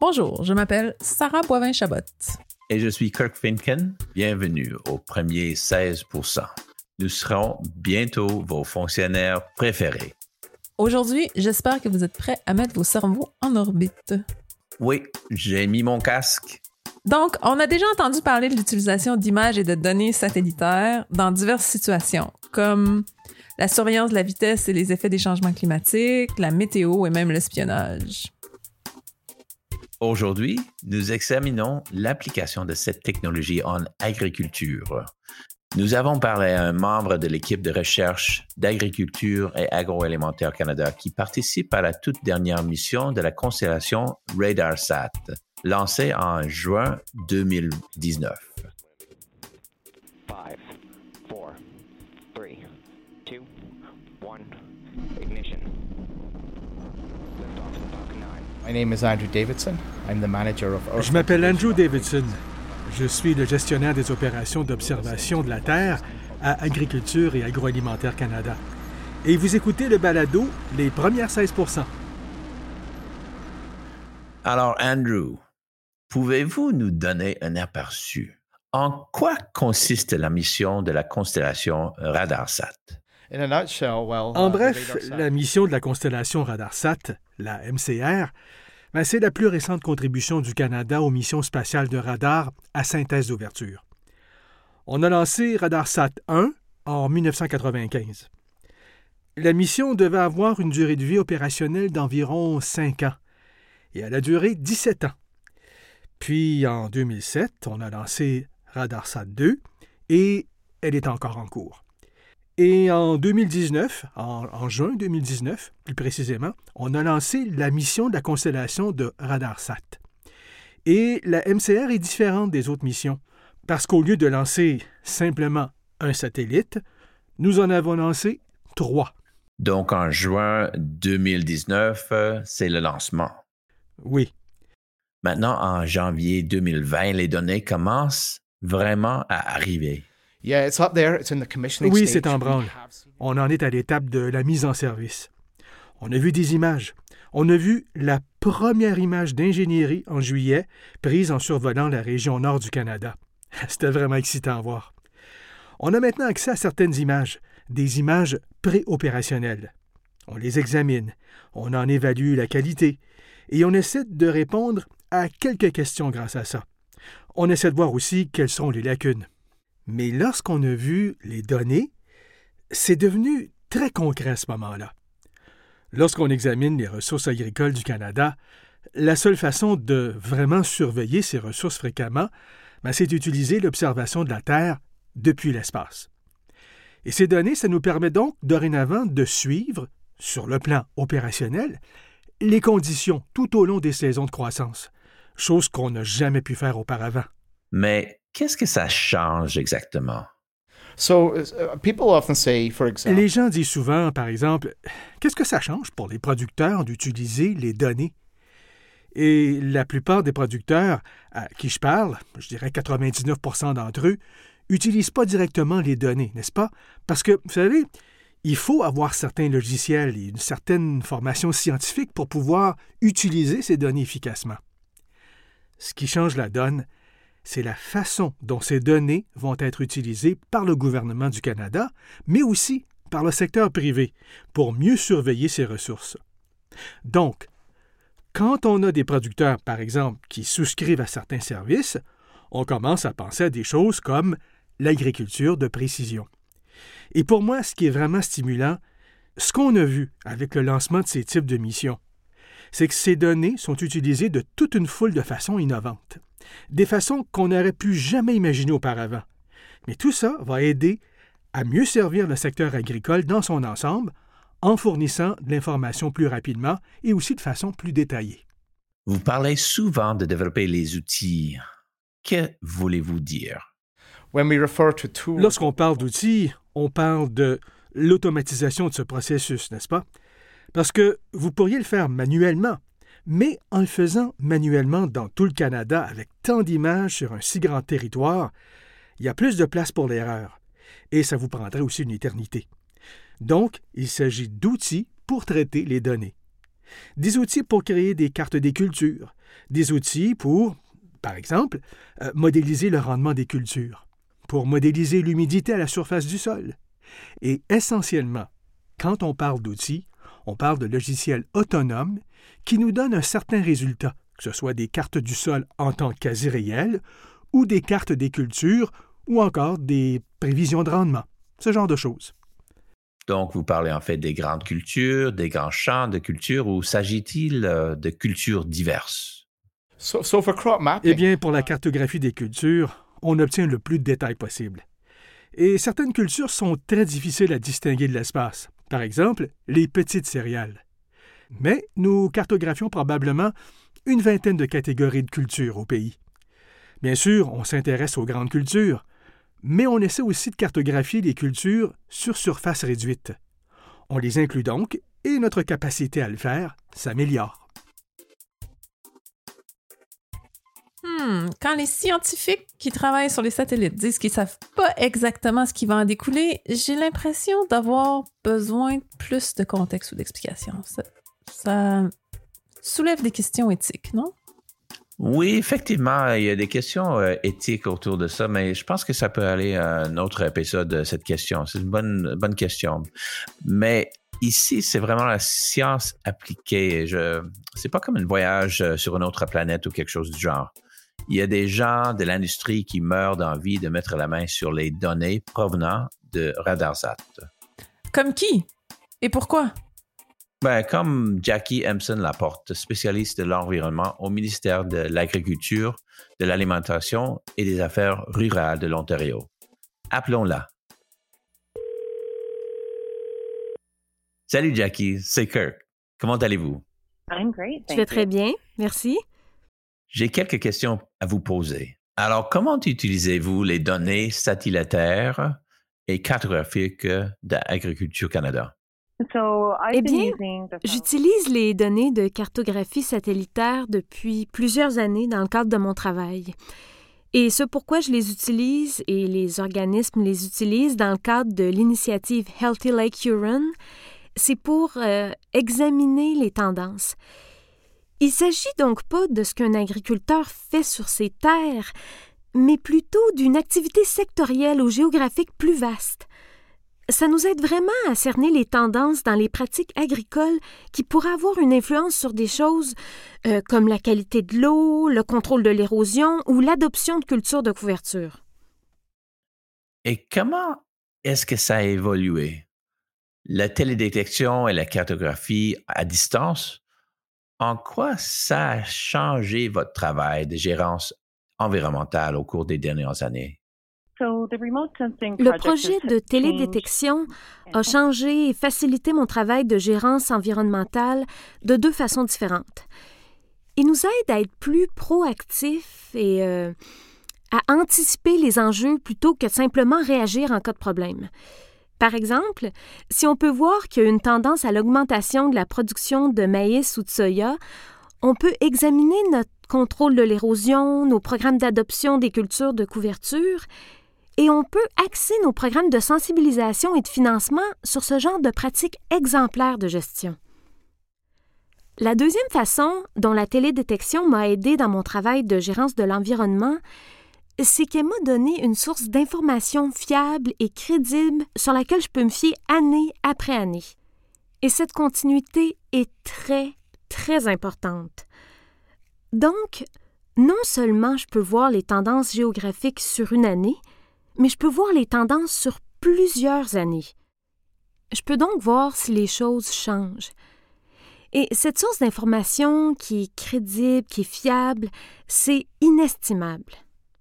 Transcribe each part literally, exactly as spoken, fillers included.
Bonjour, je m'appelle Sarah Boivin-Chabot. Et je suis Kirk Finken. Bienvenue au premier seize pour cent. Nous serons bientôt vos fonctionnaires préférés. Aujourd'hui, j'espère que vous êtes prêts à mettre vos cerveaux en orbite. Oui, j'ai mis mon casque. Donc, on a déjà entendu parler de l'utilisation d'images et de données satellitaires dans diverses situations, comme la surveillance de la vitesse et les effets des changements climatiques, la météo et même l'espionnage. Aujourd'hui, nous examinons l'application de cette technologie en agriculture. Nous avons parlé à un membre de l'équipe de recherche d'Agriculture et Agroalimentaire Canada qui participe à la toute dernière mission de la constellation RadarSat, lancée en juin deux mille dix-neuf. five, four, three, two, one, ignition. Lift off Falcon nine. My name is Andrew Davidson. I'm the manager of Earth Je m'appelle Andrew Davidson. Je suis le gestionnaire des opérations d'observation de la Terre à Agriculture et Agroalimentaire Canada. Et vous écoutez le balado Les premières seize pour cent. Alors, Andrew, pouvez-vous nous donner un aperçu? En quoi consiste la mission de la constellation RadarSat? In a nutshell, well, En uh, the bref, RadarSat- la mission de la constellation RadarSat, la M C R, ben, c'est la plus récente contribution du Canada aux missions spatiales de radar à synthèse d'ouverture. On a lancé RadarSat un en dix-neuf cent quatre-vingt-quinze. La mission devait avoir une durée de vie opérationnelle d'environ cinq ans, et elle a duré dix-sept ans. Puis, en deux mille sept, on a lancé RadarSat deux, et elle est encore en cours. Et en deux mille dix-neuf, en, en juin deux mille dix-neuf, plus précisément, on a lancé la mission de la constellation de RadarSat. Et la M C R est différente des autres missions, parce qu'au lieu de lancer simplement un satellite, nous en avons lancé trois. Donc, en juin deux mille dix-neuf, euh, c'est le lancement. Oui. Maintenant, en janvier deux mille vingt, les données commencent vraiment à arriver. Yeah, it's up there. It's in the commissioning Oui, stage. c'est en We branle. have seen- On en est à l'étape de la mise en service. On a vu des images. On a vu la première image d'ingénierie en juillet prise en survolant la région nord du Canada. C'était vraiment excitant à voir. On a maintenant accès à certaines images, des images pré-opérationnelles. On les examine, on en évalue la qualité et on essaie de répondre à quelques questions grâce à ça. On essaie de voir aussi quelles sont les lacunes. Mais lorsqu'on a vu les données, c'est devenu très concret à ce moment-là. Lorsqu'on examine les ressources agricoles du Canada, la seule façon de vraiment surveiller ces ressources fréquemment, ben, c'est d'utiliser l'observation de la Terre depuis l'espace. Et ces données, ça nous permet donc dorénavant de suivre, sur le plan opérationnel, les conditions tout au long des saisons de croissance, chose qu'on n'a jamais pu faire auparavant. Mais qu'est-ce que ça change exactement? So, uh, people often say, for example, Les gens disent souvent, par exemple, qu'est-ce que ça change pour les producteurs d'utiliser les données? Et la plupart des producteurs à qui je parle, je dirais quatre-vingt-dix-neuf pour cent d'entre eux, n'utilisent pas directement les données, n'est-ce pas? Parce que, vous savez, il faut avoir certains logiciels et une certaine formation scientifique pour pouvoir utiliser ces données efficacement. Ce qui change la donne, c'est la façon dont ces données vont être utilisées par le gouvernement du Canada, mais aussi par le secteur privé, pour mieux surveiller ces ressources. Donc, quand on a des producteurs, par exemple, qui souscrivent à certains services, on commence à penser à des choses comme l'agriculture de précision. Et pour moi, ce qui est vraiment stimulant, ce qu'on a vu avec le lancement de ces types de missions, c'est que ces données sont utilisées de toute une foule de façons innovantes, des façons qu'on n'aurait pu jamais imaginer auparavant. Mais tout ça va aider à mieux servir le secteur agricole dans son ensemble en fournissant de l'information plus rapidement et aussi de façon plus détaillée. Vous parlez souvent de développer les outils. Que voulez-vous dire? when we refer to tools, Lorsqu'on parle d'outils, on parle de l'automatisation de ce processus, n'est-ce pas? Parce que vous pourriez le faire manuellement, mais en le faisant manuellement dans tout le Canada avec tant d'images sur un si grand territoire, il y a plus de place pour l'erreur, et ça vous prendrait aussi une éternité. Donc, il s'agit d'outils pour traiter les données. des outils pour créer des cartes des cultures, des outils pour, par exemple, euh, modéliser le rendement des cultures, pour modéliser l'humidité à la surface du sol. Et essentiellement, quand on parle d'outils, on parle de logiciels autonomes qui nous donnent un certain résultat, que ce soit des cartes du sol en temps quasi réel ou des cartes des cultures ou encore des prévisions de rendement, ce genre de choses. Donc, vous parlez en fait des grandes cultures, des grands champs de culture, ou s'agit-il euh, de cultures diverses? So, so for crop mapping, Eh bien, pour la cartographie des cultures, on obtient le plus de détails possible. Et certaines cultures sont très difficiles à distinguer de l'espace. Par exemple, les petites céréales. Mais nous cartographions probablement une vingtaine de catégories de cultures au pays. Bien sûr, on s'intéresse aux grandes cultures, mais on essaie aussi de cartographier les cultures sur surface réduite. On les inclut donc et notre capacité à le faire s'améliore. Hmm, quand les scientifiques qui travaillent sur les satellites disent qu'ils savent pas exactement ce qui va en découler, j'ai l'impression d'avoir besoin de plus de contexte ou d'explications. Ça, ça soulève des questions éthiques, non? Oui, effectivement, il y a des questions euh, éthiques autour de ça, mais je pense que ça peut aller à un autre épisode de cette question. C'est une bonne, bonne question. Mais ici, c'est vraiment la science appliquée. Je, c'est pas comme un voyage sur une autre planète ou quelque chose du genre. Il y a des gens de l'industrie qui meurent d'envie de mettre la main sur les données provenant de Radarsat. Comme qui? Et pourquoi? Ben, comme Jackie Empson-Laporte, spécialiste de l'environnement au ministère de l'Agriculture, de l'Alimentation et des Affaires rurales de l'Ontario. Appelons-la. Salut Jackie, c'est Kirk. Comment allez-vous? I'm great, Je thank vais you. très bien, merci. J'ai quelques questions à vous poser. Alors, comment utilisez-vous les données satellitaires et cartographiques d'Agriculture Canada? So, I've Eh been bien, using the J'utilise les données de cartographie satellitaire depuis plusieurs années dans le cadre de mon travail. Et ce pourquoi je les utilise et les organismes les utilisent dans le cadre de l'initiative Healthy Lake Huron, c'est pour euh, examiner les tendances. Il ne s'agit donc pas de ce qu'un agriculteur fait sur ses terres, mais plutôt d'une activité sectorielle ou géographique plus vaste. Ça nous aide vraiment à cerner les tendances dans les pratiques agricoles qui pourraient avoir une influence sur des choses euh, comme la qualité de l'eau, le contrôle de l'érosion ou l'adoption de cultures de couverture. Et comment est-ce que ça a évolué? La télédétection et la cartographie à distance, en quoi ça a changé votre travail de gérance environnementale au cours des dernières années? So, the remote sensing Le project projet has de changed télédétection a changé et facilité mon travail de gérance environnementale de deux façons différentes. Il nous aide à être plus proactifs et euh, à anticiper les enjeux plutôt que de simplement réagir en cas de problème. Par exemple, si on peut voir qu'il y a une tendance à l'augmentation de la production de maïs ou de soya, on peut examiner notre contrôle de l'érosion, nos programmes d'adoption des cultures de couverture, et on peut axer nos programmes de sensibilisation et de financement sur ce genre de pratiques exemplaires de gestion. La deuxième façon dont la télédétection m'a aidé dans mon travail de gérance de l'environnement, c'est qu'elle m'a donné une source d'informations fiable et crédible sur laquelle je peux me fier année après année. Et cette continuité est très, très importante. Donc, non seulement je peux voir les tendances géographiques sur une année, mais je peux voir les tendances sur plusieurs années. Je peux donc voir si les choses changent. Et cette source d'information qui est crédible, qui est fiable, c'est inestimable.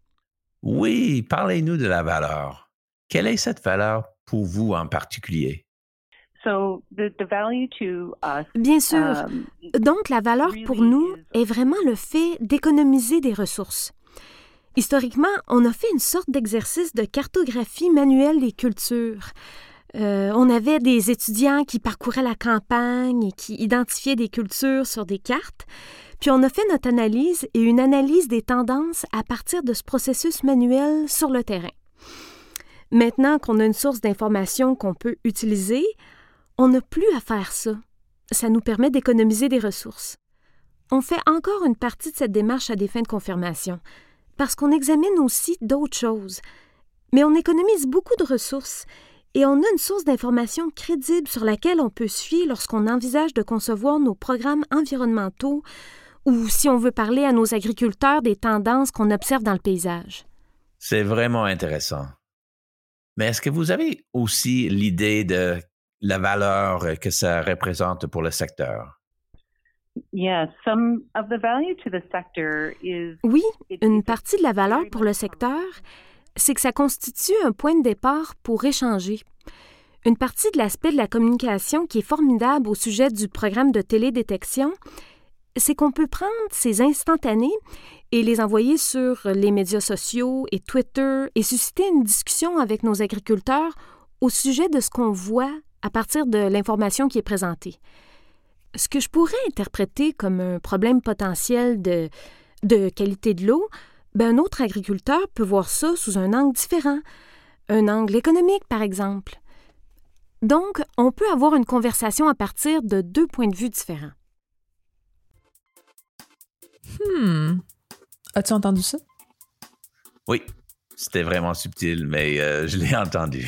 Oui, parlez-nous de la valeur. Quelle est cette valeur pour vous en particulier? So, the, the value to us, Bien sûr. um, Donc, la valeur pour nous est vraiment le fait d'économiser des ressources. Historiquement, on a fait une sorte d'exercice de cartographie manuelle des cultures. Euh, on avait des étudiants qui parcouraient la campagne et qui identifiaient des cultures sur des cartes. Puis on a fait notre analyse et une analyse des tendances à partir de ce processus manuel sur le terrain. Maintenant qu'on a une source d'information qu'on peut utiliser, on n'a plus à faire ça. ça nous permet d'économiser des ressources. On fait encore une partie de cette démarche à des fins de confirmation, parce qu'on examine aussi d'autres choses. Mais on économise beaucoup de ressources et on a une source d'information crédible sur laquelle on peut se fier lorsqu'on envisage de concevoir nos programmes environnementaux ou si on veut parler à nos agriculteurs des tendances qu'on observe dans le paysage. C'est vraiment intéressant. Mais est-ce que vous avez aussi l'idée de la valeur que ça représente pour le secteur? Yeah, some of the value to the sector is... Oui, une partie de la valeur pour le secteur, c'est que ça constitue un point de départ pour échanger. Une partie de l'aspect de la communication qui est formidable au sujet du programme de télédétection, c'est qu'on peut prendre ces instantanés et les envoyer sur les médias sociaux et Twitter et susciter une discussion avec nos agriculteurs au sujet de ce qu'on voit à partir de l'information qui est présentée. Ce que je pourrais interpréter comme un problème potentiel de, de qualité de l'eau, ben un autre agriculteur peut voir ça sous un angle différent, un angle économique, par exemple. Donc, on peut avoir une conversation à partir de deux points de vue différents. Hmm. As-tu entendu ça? Oui, c'était vraiment subtil, mais euh, je l'ai entendu.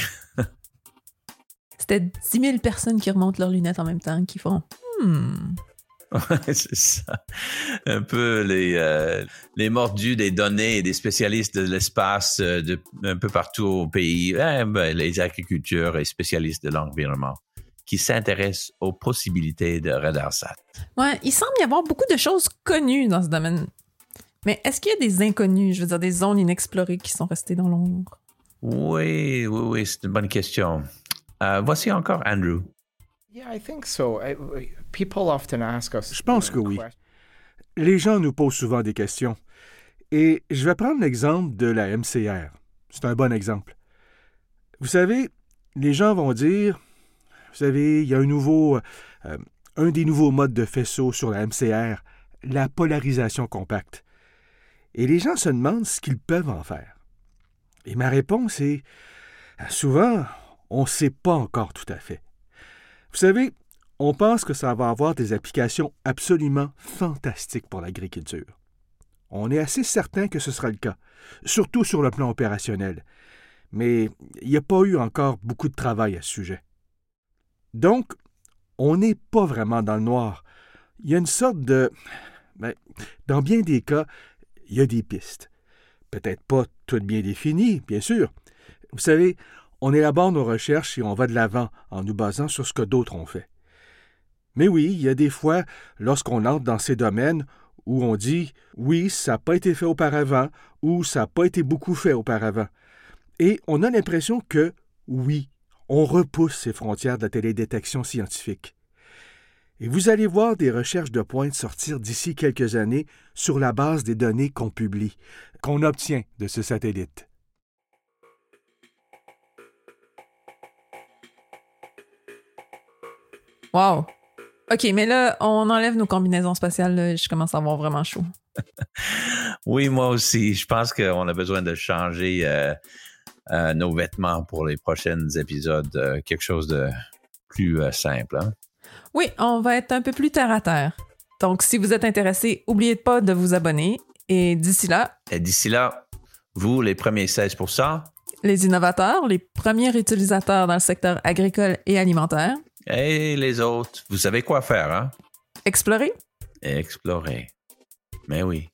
C'était dix mille personnes qui remontent leurs lunettes en même temps, qui font « Hmm. » Ouais, c'est ça. Un peu les, euh, les mordus des données et des spécialistes de l'espace euh, de, un peu partout au pays, eh, ben, les agriculteurs et spécialistes de l'environnement qui s'intéressent aux possibilités de Radarsat. Ouais, il semble y avoir beaucoup de choses connues dans ce domaine. Mais est-ce qu'il y a des inconnus, je veux dire des zones inexplorées qui sont restées dans l'ombre? Oui, oui, oui, c'est une bonne question. Euh, voici encore Andrew. Yeah, I think so. I, people often ask us. Je pense que oui. Les gens nous posent souvent des questions. Et je vais prendre l'exemple de la M C R. C'est un bon exemple. Vous savez, les gens vont dire, vous savez, il y a un nouveau, euh, un des nouveaux modes de faisceau sur la M C R, la polarisation compacte. Et les gens se demandent ce qu'ils peuvent en faire. Et ma réponse est, souvent, on ne sait pas encore tout à fait. Vous savez, on pense que ça va avoir des applications absolument fantastiques pour l'agriculture. On est assez certain que ce sera le cas, surtout sur le plan opérationnel. Mais il n'y a pas eu encore beaucoup de travail à ce sujet. Donc, on n'est pas vraiment dans le noir. Il y a une sorte de... Ben, dans bien des cas, il y a des pistes. Peut-être pas toutes bien définies, bien sûr. Vous savez, on élabore nos recherches et on va de l'avant en nous basant sur ce que d'autres ont fait. Mais oui, il y a des fois, lorsqu'on entre dans ces domaines, où on dit « oui, ça n'a pas été fait auparavant » ou « ça n'a pas été beaucoup fait auparavant ». Et on a l'impression que, oui, on repousse ces frontières de la télédétection scientifique. Et vous allez voir des recherches de pointe sortir d'ici quelques années sur la base des données qu'on publie, qu'on obtient de ce satellite. Wow! OK, mais là, on enlève nos combinaisons spatiales. Là, je commence à avoir vraiment chaud. Oui, moi aussi. Je pense qu'on a besoin de changer euh, euh, nos vêtements pour les prochains épisodes. Euh, quelque chose de plus euh, simple. Hein? Oui, on va être un peu plus terre à terre. Donc, si vous êtes intéressé, n'oubliez pas de vous abonner. Et d'ici là... Et d'ici là, vous, les premiers seize pour cent... Les innovateurs, les premiers utilisateurs dans le secteur agricole et alimentaire... Et les autres, vous savez quoi faire, hein? Explorer. Explorer. Mais oui.